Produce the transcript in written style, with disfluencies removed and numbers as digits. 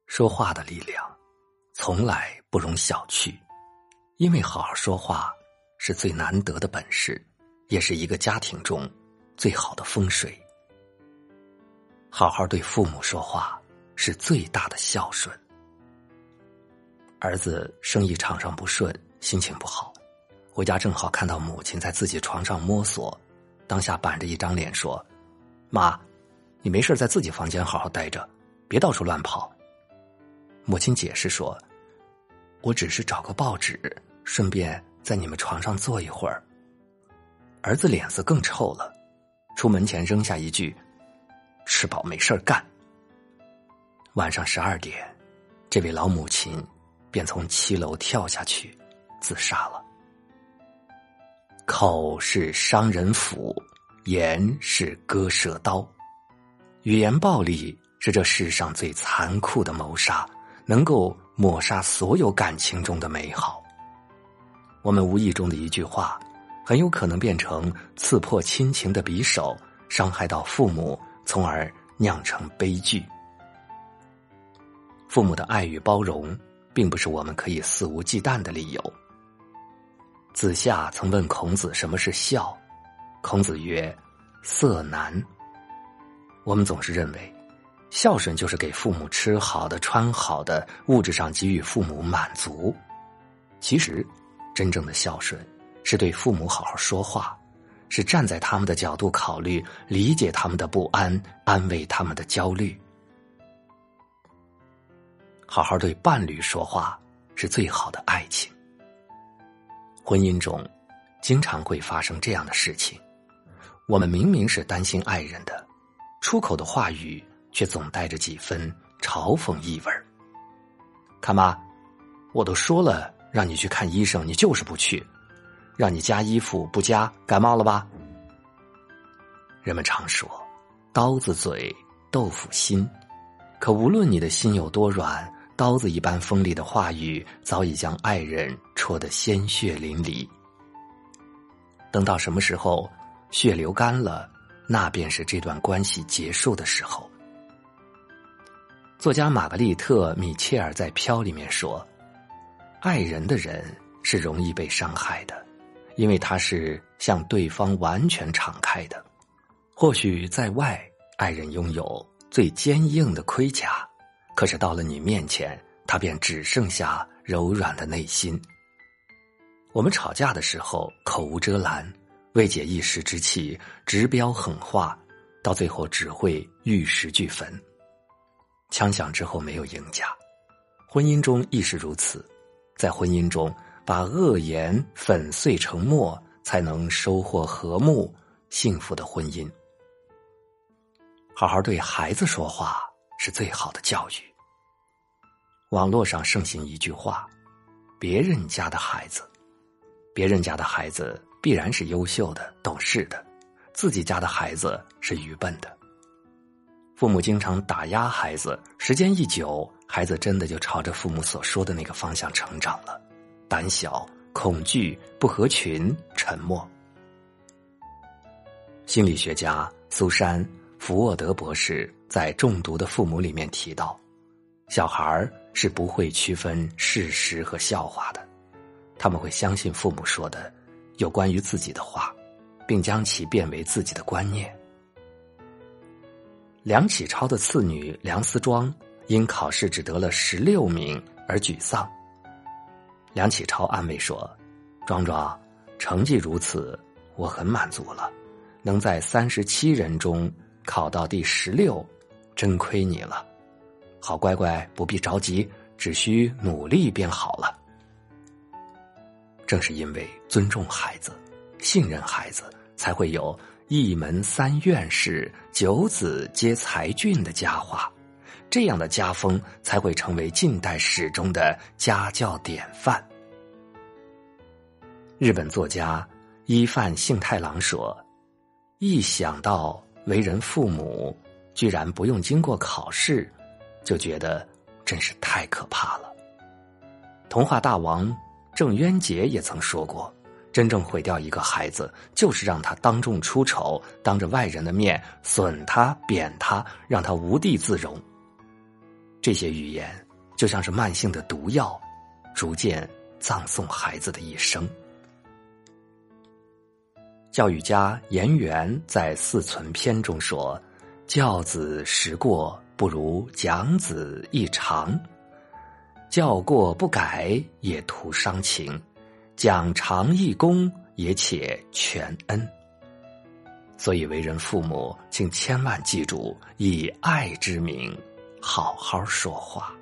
说话的力量从来不容小觑，因为好好说话是最难得的本事，也是一个家庭中最好的风水。好好对父母说话是最大的孝顺。儿子生意场上不顺，心情不好，回家正好看到母亲在自己床上摸索，当下板着一张脸说：妈，你没事在自己房间好好待着，别到处乱跑。母亲解释说：我只是找个报纸，顺便在你们床上坐一会儿。儿子脸色更臭了，出门前扔下一句：吃饱没事干。晚上12点，这位老母亲便从7楼跳下去自杀了。口是伤人斧，言是割舌刀。语言暴力是这世上最残酷的谋杀，能够抹杀所有感情中的美好。我们无意中的一句话，很有可能变成刺破亲情的匕首，伤害到父母，从而酿成悲剧。父母的爱与包容并不是我们可以肆无忌惮的理由。子夏曾问孔子什么是孝，孔子曰：色难。我们总是认为孝顺就是给父母吃好的穿好的，物质上给予父母满足。其实真正的孝顺是对父母好好说话，是站在他们的角度考虑，理解他们的不安，安慰他们的焦虑。好好对伴侣说话是最好的爱情。婚姻中经常会发生这样的事情，我们明明是担心爱人的，出口的话语却总带着几分嘲讽意味。看妈，我都说了让你去看医生，你就是不去，让你加衣服不加，感冒了吧？人们常说刀子嘴豆腐心，可无论你的心有多软，刀子一般锋利的话语早已将爱人戳得鲜血淋漓。等到什么时候血流干了，那便是这段关系结束的时候。作家玛格丽特·米切尔在《飘》里面说，爱人的人是容易被伤害的，因为他是向对方完全敞开的。或许在外，爱人拥有最坚硬的盔甲，可是到了你面前，他便只剩下柔软的内心。我们吵架的时候口无遮拦，为解一时之气，直飙狠话，到最后只会玉石俱焚。枪响之后没有赢家，婚姻中亦是如此。在婚姻中，把恶言粉碎成沫，才能收获和睦幸福的婚姻。好好对孩子说话是最好的教育。网络上盛行一句话：别人家的孩子，别人家的孩子必然是优秀的、懂事的，自己家的孩子是愚笨的。父母经常打压孩子，时间一久，孩子真的就朝着父母所说的那个方向成长了，胆小、恐惧、不合群、沉默。心理学家苏珊·福沃德博士在《中毒的父母》里面提到，小孩是不会区分事实和笑话的，他们会相信父母说的有关于自己的话，并将其变为自己的观念。梁启超的次女梁思庄因考试只得了16名而沮丧。梁启超安慰说：庄庄，成绩如此，我很满足了，能在37人中考到第16，真亏你了。好乖乖，不必着急，只需努力便好了。正是因为尊重孩子，信任孩子，才会有一门3院士，9子皆才俊的佳话，这样的家风才会成为近代史中的家教典范。日本作家伊范幸太郎说，一想到为人父母居然不用经过考试，就觉得真是太可怕了。童话大王郑渊洁也曾说过，真正毁掉一个孩子，就是让他当众出丑，当着外人的面损他、贬他，让他无地自容。 这些语言就像是慢性的毒药，逐渐葬送孩子的一生。教育家颜元在《四存篇》中说：教子时过，不如讲子一长。教过不改，也徒伤情；讲长一功，也且全恩。所以为人父母，请千万记住，以爱之名好好说话。